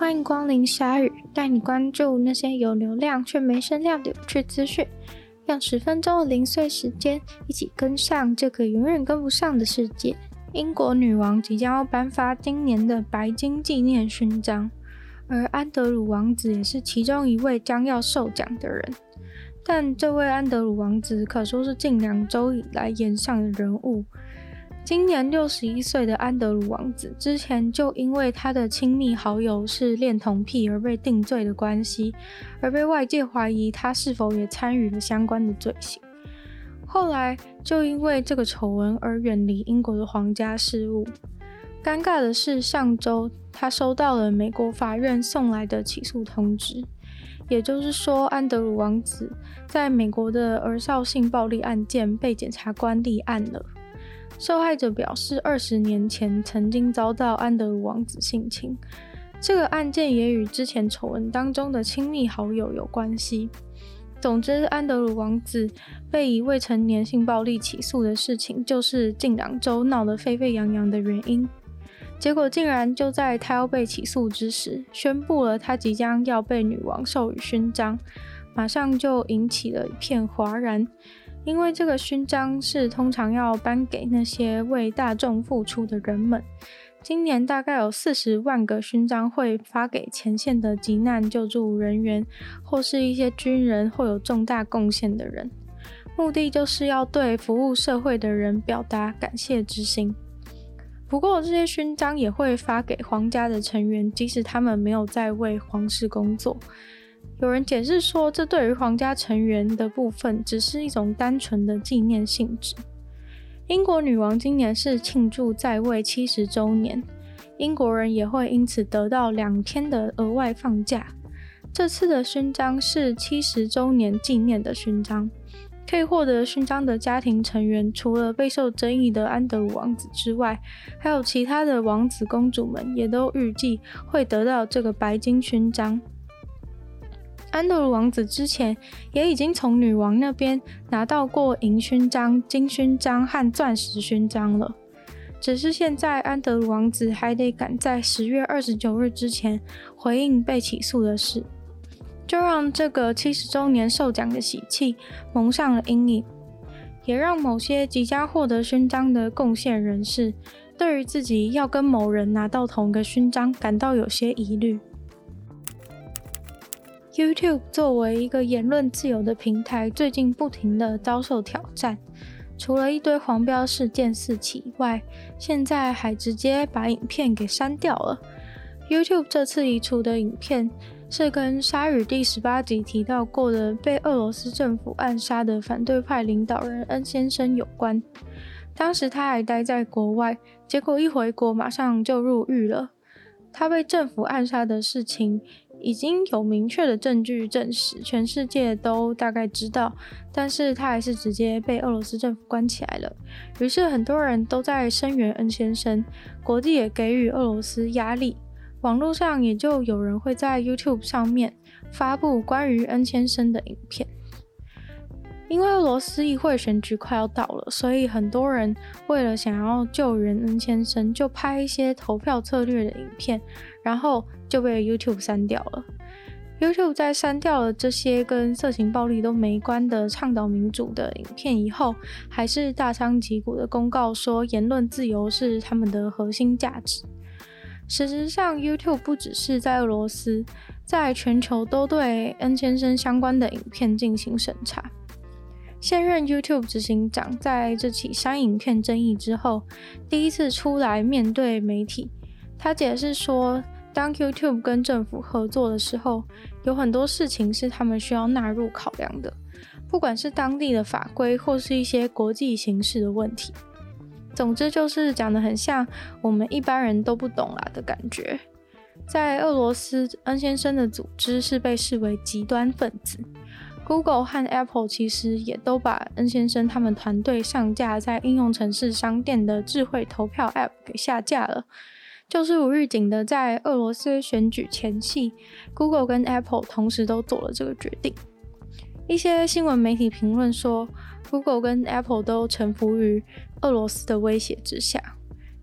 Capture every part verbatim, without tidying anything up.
欢迎光临鲨鱼，带你关注那些有流量却没声量的有趣资讯，用十分钟的零碎时间，一起跟上这个永远跟不上的世界。英国女王即将要颁发今年的白金纪念勋章，而安德鲁王子也是其中一位将要受奖的人。但这位安德鲁王子可说是近两周以来炎上的人物。今年六十一岁的安德鲁王子之前就因为他的亲密好友是恋童癖而被定罪的关系，而被外界怀疑他是否也参与了相关的罪行。后来就因为这个丑闻而远离英国的皇家事务。尴尬的是，上周他收到了美国法院送来的起诉通知，也就是说安德鲁王子在美国的儿少性暴力案件被检察官立案了。受害者表示，二十年前曾经遭到安德鲁王子性侵，这个案件也与之前丑闻当中的亲密好友有关系。总之，安德鲁王子被以未成年性暴力起诉的事情，就是近两周闹得沸沸扬扬的原因。结果竟然就在他要被起诉之时，宣布了他即将要被女王授予勋章，马上就引起了一片哗然。因为这个勋章是通常要颁给那些为大众付出的人们，今年大概有四十万个勋章会发给前线的急难救助人员，或是一些军人或有重大贡献的人，目的就是要对服务社会的人表达感谢之心。不过这些勋章也会发给皇家的成员，即使他们没有在为皇室工作。有人解释说，这对于皇家成员的部分只是一种单纯的纪念性质。英国女王今年是庆祝在位七十周年，英国人也会因此得到两天的额外放假。这次的勋章是七十周年纪念的勋章，可以获得勋章的家庭成员除了备受争议的安德鲁王子之外，还有其他的王子公主们也都预计会得到这个白金勋章。安德鲁王子之前也已经从女王那边拿到过银勋章、金勋章和钻石勋章了，只是现在安德鲁王子还得赶在十月二十九日之前回应被起诉的事，就让这个七十周年受奖的喜气蒙上了阴影，也让某些即将获得勋章的贡献人士对于自己要跟某人拿到同一个勋章感到有些疑虑。YouTube 作为一个言论自由的平台，最近不停地遭受挑战，除了一堆黄标事件四起以外，现在还直接把影片给删掉了。YouTube 这次移除的影片是跟鲨鱼第十八集提到过的被俄罗斯政府暗杀的反对派领导人恩先生有关。当时他还待在国外，结果一回国马上就入狱了。他被政府暗杀的事情已经有明确的证据证实，全世界都大概知道，但是他还是直接被俄罗斯政府关起来了。于是很多人都在声援恩先生，国际也给予俄罗斯压力，网络上也就有人会在 YouTube 上面发布关于恩先生的影片。因为俄罗斯议会选举快要到了，所以很多人为了想要救援恩先生，就拍一些投票策略的影片，然后就被 YouTube 删掉了。YouTube 在删掉了这些跟色情暴力都没关的倡导民主的影片以后，还是大张旗鼓的公告说言论自由是他们的核心价值。实质上 YouTube 不只是在俄罗斯，在全球都对恩先生相关的影片进行审查。现任 YouTube 执行长在这起删影片争议之后，第一次出来面对媒体，他解释说，当 YouTube 跟政府合作的时候，有很多事情是他们需要纳入考量的，不管是当地的法规或是一些国际形势的问题。总之就是讲得很像我们一般人都不懂啦的感觉。在俄罗斯，恩先生的组织是被视为极端分子。Google 和 Apple 其实也都把恩先生他们团队上架在应用程式商店的智慧投票 App 给下架了。就是无预警的在俄罗斯选举前夕， Google 跟 Apple 同时都做了这个决定。一些新闻媒体评论说， Google 跟 Apple 都臣服于俄罗斯的威胁之下，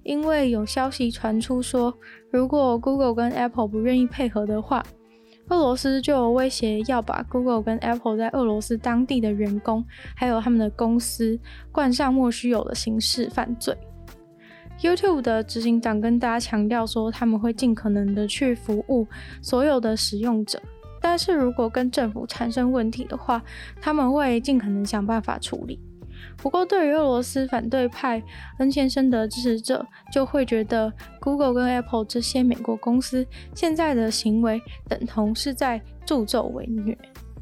因为有消息传出说，如果 Google 跟 Apple 不愿意配合的话，俄罗斯就有威胁要把 Google 跟 Apple 在俄罗斯当地的员工还有他们的公司冠上莫须有的刑事犯罪。 YouTube 的执行长跟大家强调说，他们会尽可能的去服务所有的使用者，但是如果跟政府产生问题的话，他们会尽可能想办法处理。不过对于俄罗斯反对派恩先生的支持者就会觉得 Google 跟 Apple 这些美国公司现在的行为等同是在助纣为虐。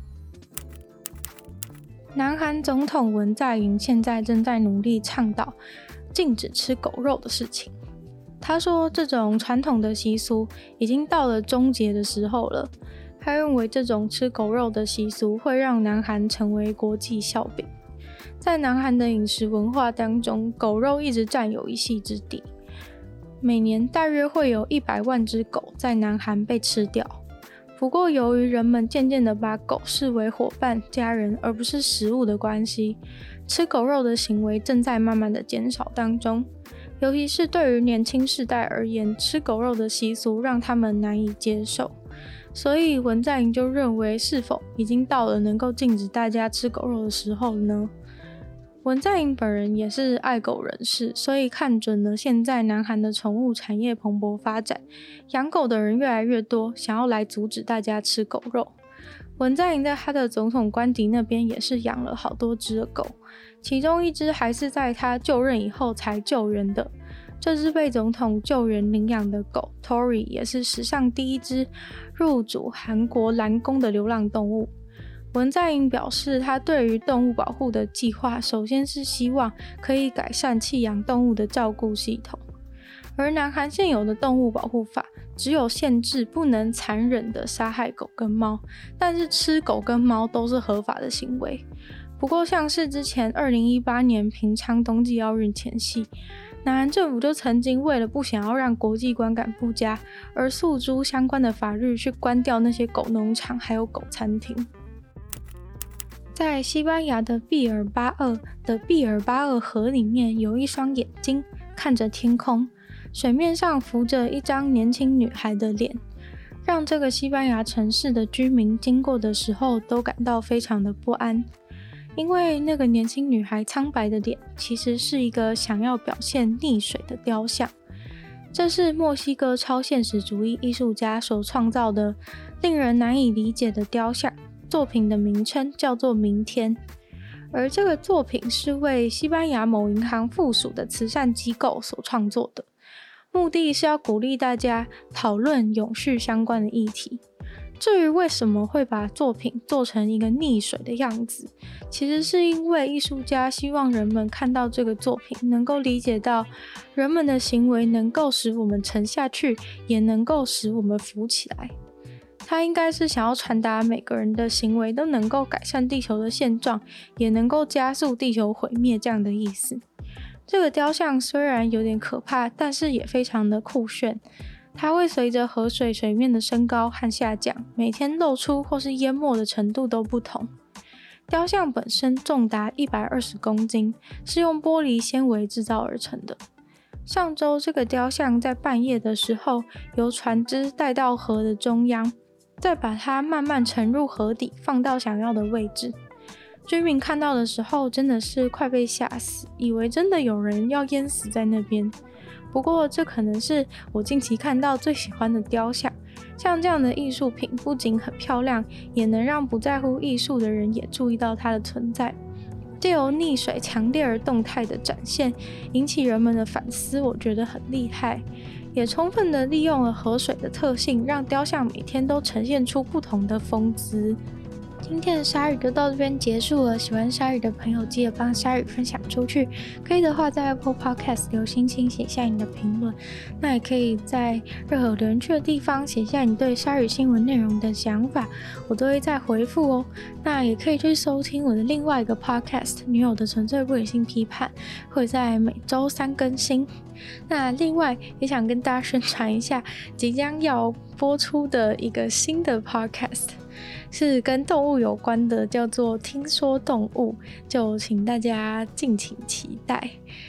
南韩总统文在寅现在正在努力倡导禁止吃狗肉的事情。他说这种传统的习俗已经到了终结的时候了，他认为这种吃狗肉的习俗会让南韩成为国际笑柄。在南韩的饮食文化当中，狗肉一直占有一席之地。每年大约会有一百万只狗在南韩被吃掉。不过由于人们渐渐的把狗视为伙伴、家人，而不是食物的关系，吃狗肉的行为正在慢慢的减少当中。尤其是对于年轻世代而言，吃狗肉的习俗让他们难以接受。所以文在寅就认为，是否已经到了能够禁止大家吃狗肉的时候呢？文在寅本人也是爱狗人士，所以看准了现在南韩的宠物产业蓬勃发展，养狗的人越来越多，想要来阻止大家吃狗肉。文在寅在他的总统官邸那边也是养了好多只的狗，其中一只还是在他就任以后才救援的。这只被总统救援领养的狗 Tori 也是史上第一只入主韩国蓝宫的流浪动物。文在寅表示，他对于动物保护的计划，首先是希望可以改善弃养动物的照顾系统。而南韩现有的动物保护法只有限制不能残忍的杀害狗跟猫，但是吃狗跟猫都是合法的行为。不过像是之前二零一八年平昌冬季奥运前夕，南韩政府就曾经为了不想要让国际观感不佳，而诉诸相关的法律去关掉那些狗农场还有狗餐厅。在西班牙的毕尔巴鄂的毕尔巴鄂河里面，有一双眼睛看着天空，水面上浮着一张年轻女孩的脸，让这个西班牙城市的居民经过的时候都感到非常的不安。因为那个年轻女孩苍白的脸其实是一个想要表现溺水的雕像。这是墨西哥超现实主义艺术家所创造的令人难以理解的雕像，作品的名称叫做明天。而这个作品是为西班牙某银行附属的慈善机构所创作的，目的是要鼓励大家讨论永续相关的议题。至于为什么会把作品做成一个溺水的样子，其实是因为艺术家希望人们看到这个作品能够理解到人们的行为能够使我们沉下去，也能够使我们浮起来。他应该是想要传达每个人的行为都能够改善地球的现状，也能够加速地球毁灭这样的意思。这个雕像虽然有点可怕，但是也非常的酷炫。它会随着河水水面的升高和下降，每天露出或是淹没的程度都不同。雕像本身重达一百二十公斤，是用玻璃纤维制造而成的。上周这个雕像在半夜的时候由船只带到河的中央，再把它慢慢沉入河底，放到想要的位置。居民看到的时候真的是快被吓死，以为真的有人要淹死在那边。不过这可能是我近期看到最喜欢的雕像，像这样的艺术品不仅很漂亮，也能让不在乎艺术的人也注意到它的存在。藉由溺水强烈而动态的展现，引起人们的反思，我觉得很厉害，也充分的利用了河水的特性，让雕像每天都呈现出不同的风姿。今天的鲨鱼就到这边结束了，喜欢鲨鱼的朋友记得帮鲨鱼分享出去，可以的话在 Apple Podcast 留星星，写下你的评论，那也可以在任何留言区的地方写下你对鲨鱼新闻内容的想法，我都会再回复哦。那也可以去收听我的另外一个 Podcast 女友的纯粹不理性批判，会在每周三更新。那另外也想跟大家宣传一下即将要播出的一个新的 Podcast，是跟动物有关的，叫做听说动物，就请大家敬请期待。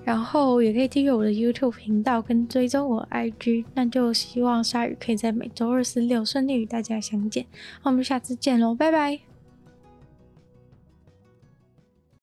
然后也可以订阅我的 YouTube 频道跟追踪我的 I G。那就希望鲨鱼可以在每周二、四、六顺利与大家相见。那我们下次见喽，拜拜。